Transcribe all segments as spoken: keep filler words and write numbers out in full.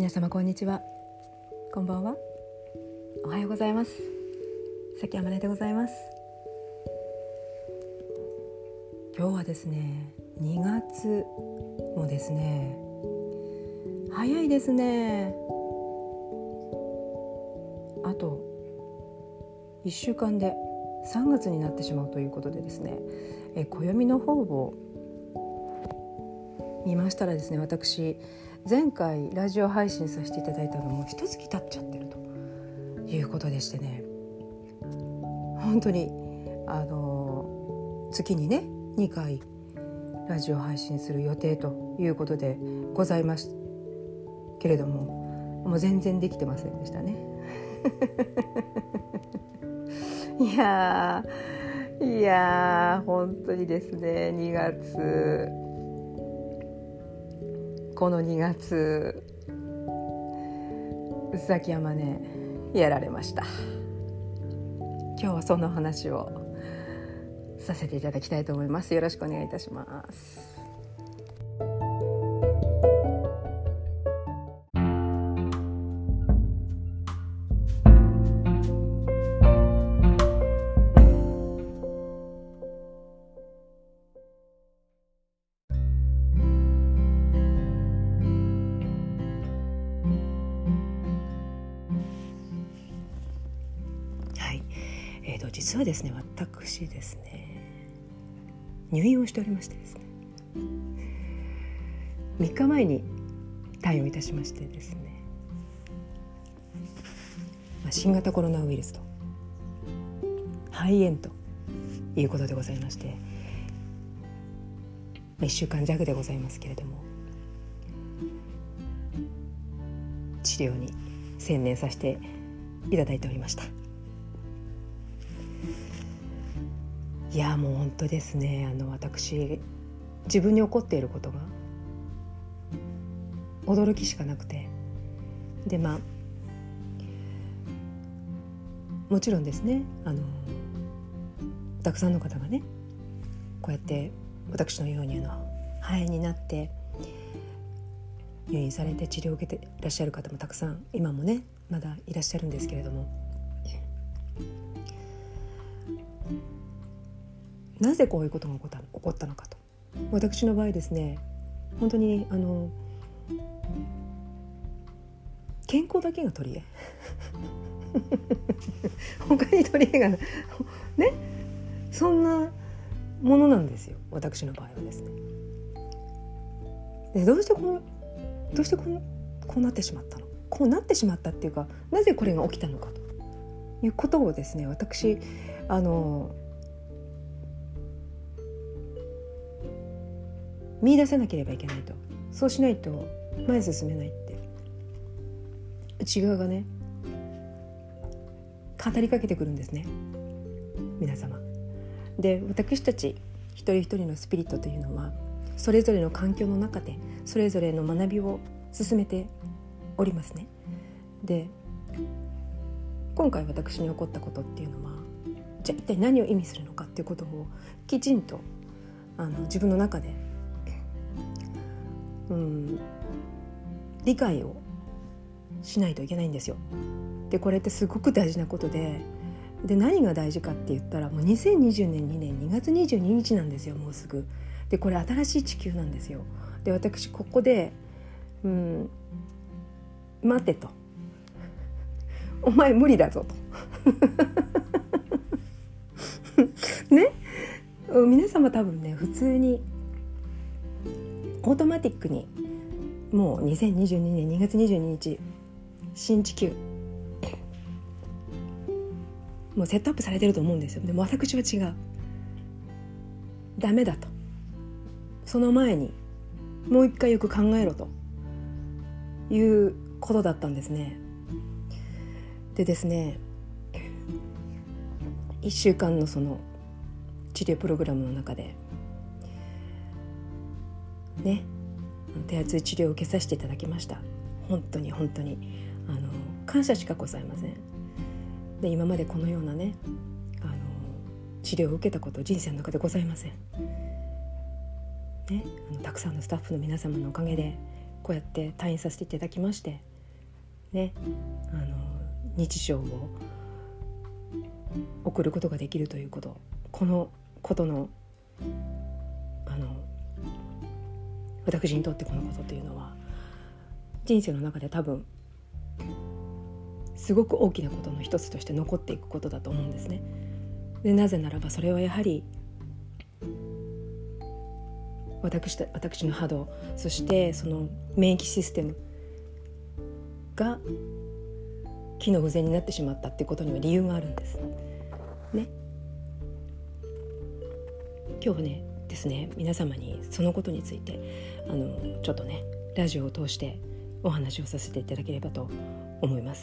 皆様こんにちは、こんばんは、おはようございます。崎山根でございます。今日はですねにがつもですね早いですね。あといっしゅうかんでさんがつになってしまうということでですね、え暦の方を見ましたらですね、私前回ラジオ配信させていただいたのも一月経っちゃってるということでしてね、本当にあの月にねにかいラジオ配信する予定ということでございますけれども、もう全然できてませんでしたねいやーいやー本当にですね、にがつこのにがつ崎山ねやられました。今日はその話をさせていただきたいと思います。よろしくお願いいたします。はい、えーと、実はですね、私ですね入院をしておりましてですね、みっかまえに退院いたしましてですね、まあ、新型コロナウイルスと肺炎ということでございまして、まあ、いっしゅうかん弱でございますけれども、治療に専念させていただいておりました。いやもう本当ですね、あの私自分に起こっていることが驚きしかなくて、でまあもちろんですね、あのたくさんの方がねこうやって私のようにあの肺炎になって入院されて治療を受けていらっしゃる方もたくさん今もねまだいらっしゃるんですけれども、なぜこういうことが起こった、起こったのかと。私の場合ですね、本当にあの健康だけが取り柄他に取り柄がね、そんなものなんですよ、私の場合はですね。でどうしてこうどうしてこう、こうなってしまったのこうなってしまったっていうか、なぜこれが起きたのかということをですね、私あの見出せなければいけないと。そうしないと前に進めないって内側がね語りかけてくるんですね、皆様。で私たち一人一人のスピリットというのはそれぞれの環境の中でそれぞれの学びを進めておりますね。で今回私に起こったことっていうのは、じゃあ一体何を意味するのかっていうことをきちんとあの自分の中でうん、理解をしないといけないんですよ。でこれってすごく大事なことで、で何が大事かって言ったらもうにせんにじゅうねんにねんにがつにじゅうににちなんですよ、もうすぐ。でこれ新しい地球なんですよ。で私ここで、うん、待てと、お前無理だぞとね、皆様多分ね普通にオートマティックにもうにせんにじゅうにねんにがつにじゅうににち新地球もうセットアップされてると思うんですよ。でも私は違う、ダメだと。その前にもう一回よく考えろということだったんですね。でですね、いっしゅうかんのその治療プログラムの中でね、手厚い治療を受けさせていただきました。本当に本当にあの感謝しかございません。で今までこのようなねあの治療を受けたこと人生の中でございません、ね、あのたくさんのスタッフの皆様のおかげでこうやって退院させていただきまして、 ね、あの日常を送ることができるということ、このことのあの私にとってこのことというのは人生の中で多分すごく大きなことの一つとして残っていくことだと思うんですね。でなぜならばそれはやはり私, 私の波動、そしてその免疫システムが機能不全になってしまったっていうことには理由があるんですね。今日はねですね、皆様にそのことについてあのちょっとねラジオを通してお話をさせていただければと思います。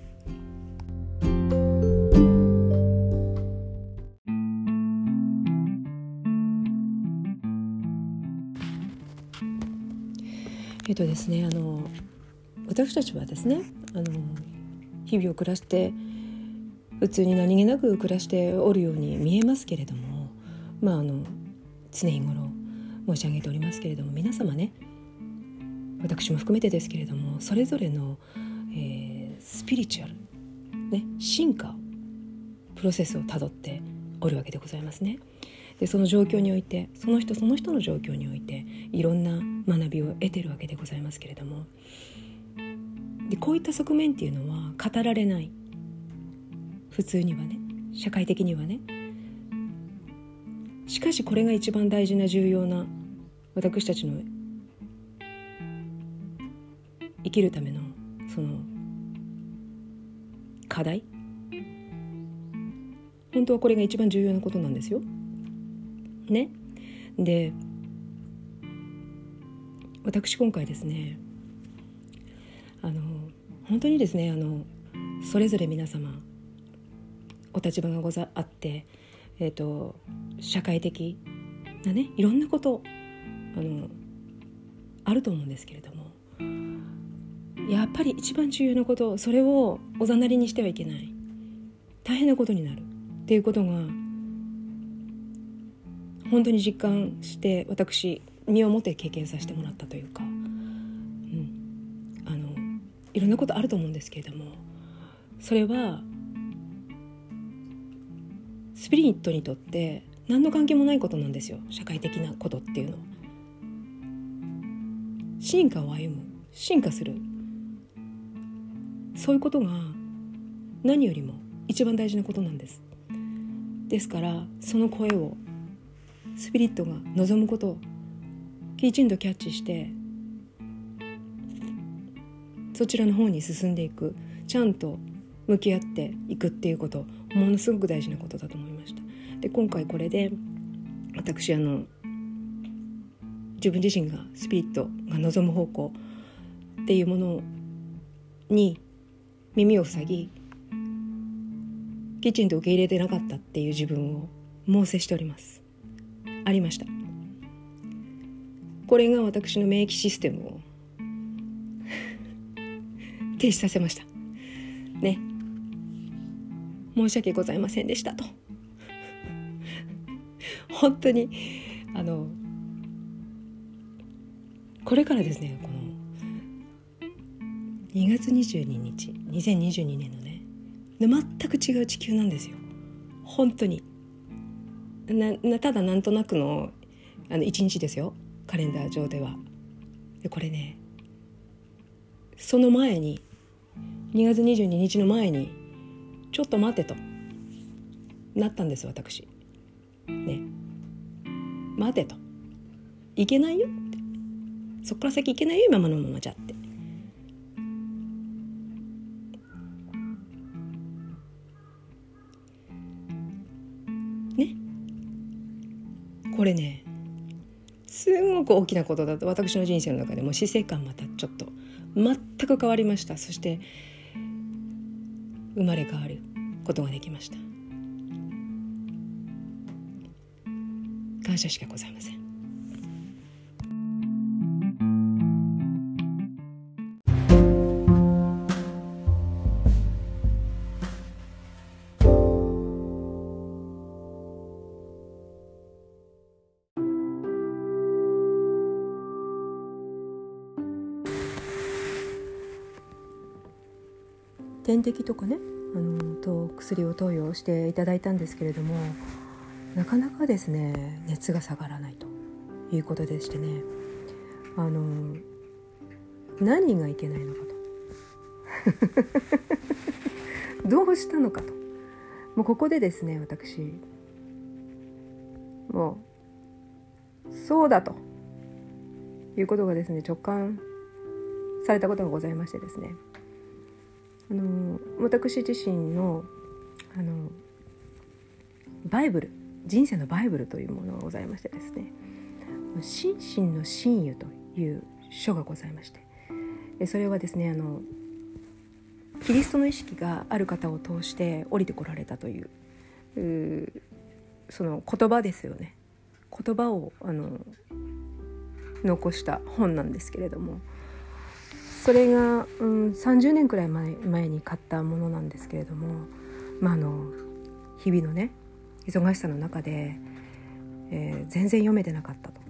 えっとですね、あの私たちはですね、あの日々を暮らして普通に何気なく暮らしておるように見えますけれども、まああの常日頃申し上げておりますけれども、皆様ね、私も含めてですけれども、それぞれの、えー、スピリチュアル、ね、進化プロセスをたどっておるわけでございますね。でその状況において、その人その人の状況においていろんな学びを得ているわけでございますけれども、でこういった側面っていうのは語られない、普通にはね、社会的にはね。しかしこれが一番大事な重要な私たちの生きるためのその課題、本当はこれが一番重要なことなんですよね。で私今回ですね、あの本当にですね、あのそれぞれ皆様お立場がござあって、えーと、社会的なね、いろんなことあのあると思うんですけれども、やっぱり一番重要なこと、それをおざなりにしてはいけない、大変なことになるっていうことが本当に実感して、私身をもって経験させてもらったというか、うん、あのいろんなことあると思うんですけれども、それはスピリットにとって何の関係もないことなんですよ。社会的なことっていうのは進化を歩む、進化する、そういうことが何よりも一番大事なことなんです。ですからその声をスピリットが望むことをきちんとキャッチして、そちらの方に進んでいく、ちゃんと向き合っていくっていうこと、ものすごく大事なことだと思いました。で今回これで私あの自分自身がスピリットが望む方向っていうものに耳を塞ぎ、きちんと受け入れてなかったっていう自分を猛省しております。ありました。これが私の免疫システムを停止させましたね。申し訳ございませんでしたと本当にあのこれからですね、このにがつにじゅうににちにせんにじゅうにねんのね、全く違う地球なんですよ。本当にななただなんとなくのあのいちにちですよ、カレンダー上では。でこれね、その前ににがつにじゅうににちの前にちょっと待てとなったんです、私ね。待てと、いけないよって、そっから先いけないよ、今のままじゃってね。これね、すごく大きなことだと、私の人生の中でも死生観またちょっと全く変わりました。そして生まれ変わることができました。感謝しかございません。 点滴とかねあのと薬を投与していただいたんですけれども、なかなかですね熱が下がらないということでしてね、あの何がいけないのかとどうしたのかと、もうここでですね私もうそうだということがですね直感されたことがございましてですね、あの私自身のあのバイブル、人生のバイブルというものがございましてですね、心身の真意という書がございまして、それはですねあのキリストの意識がある方を通して降りてこられたという、うその言葉ですよね。言葉をあの残した本なんですけれども、それが、うん、さんじゅうねんくらい前、前に買ったものなんですけれども、まあ、あの日々のね忙しさの中で、えー、全然読めてなかったと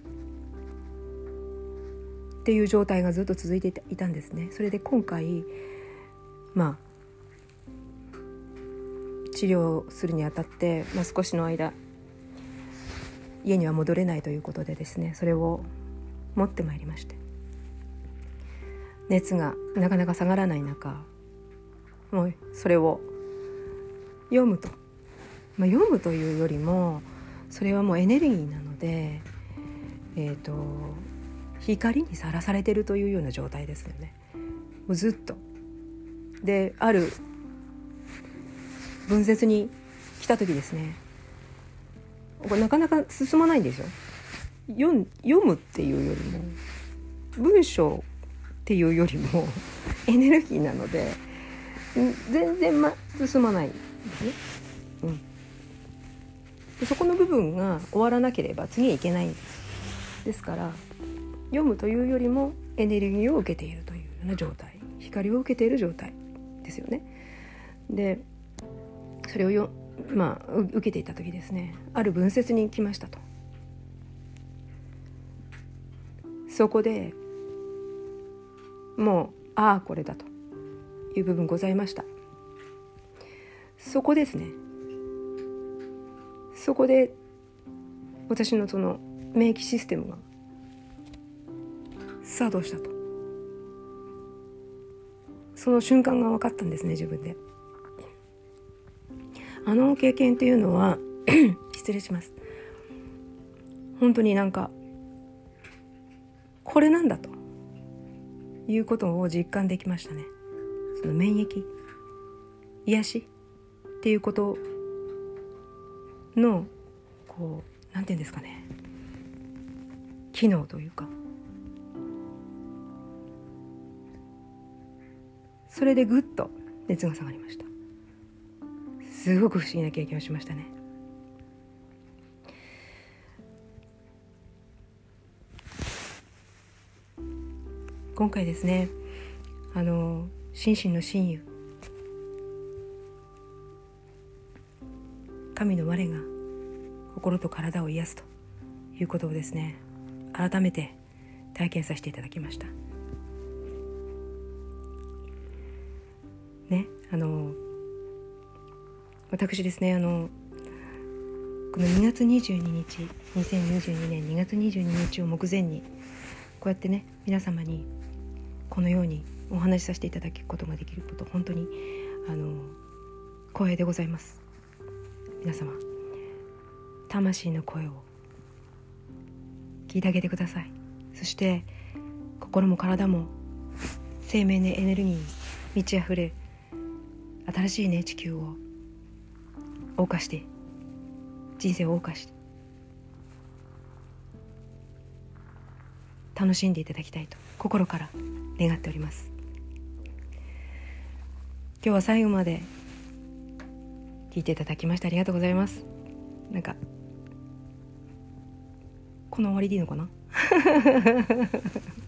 っていう状態がずっと続いていたんですね。それで今回まあ治療するにあたって、まあ、少しの間家には戻れないということでですね、それを持ってまいりまして、熱がなかなか下がらない中、もうそれを読むと、まあ、読むというよりもそれはもうエネルギーなので、えーと、光にさらされているというような状態ですよね。もうずっとで、ある文節に来た時ですね、これなかなか進まないんですよ。読, 読むっていうよりも文章っていうよりもエネルギーなので全然、ま、進まないんですね、うん、でそこの部分が終わらなければ次へ行けないんです。ですから読むというよりもエネルギーを受けているというような状態、光を受けている状態ですよね。でそれをよ、まあ、受けていた時ですね、ある文節に来ましたと。そこでもうああこれだという部分ございました。そこですね、そこで私のその免疫システムが作動したと、その瞬間が分かったんですね、自分で。あの経験っていうのは失礼します、本当になんかこれなんだということを実感できましたね。その免疫、癒しっていうことのこうなんていうんですかね、機能というか、それでぐっと熱が下がりました。すごく不思議な経験をしましたね。今回ですね、あの心身の真意、神の我が心と体を癒すということをですね、改めて体験させていただきましたね。あの私ですね、あのこのにがつにじゅうににち、にせんにじゅうにねんにがつにじゅうににちを目前にこうやってね、皆様にこのようにお話しさせていただくことができること、本当にあの光栄でございます。皆様、魂の声を聞いてあげてください。そして心も体も生命のエネルギーに満ち溢れ、新しいね地球を謳歌して、人生を謳歌して楽しんでいただきたいと心から願っております。今日は最後まで聞いていただきましてありがとうございます。なんかこの終わりでいいのかな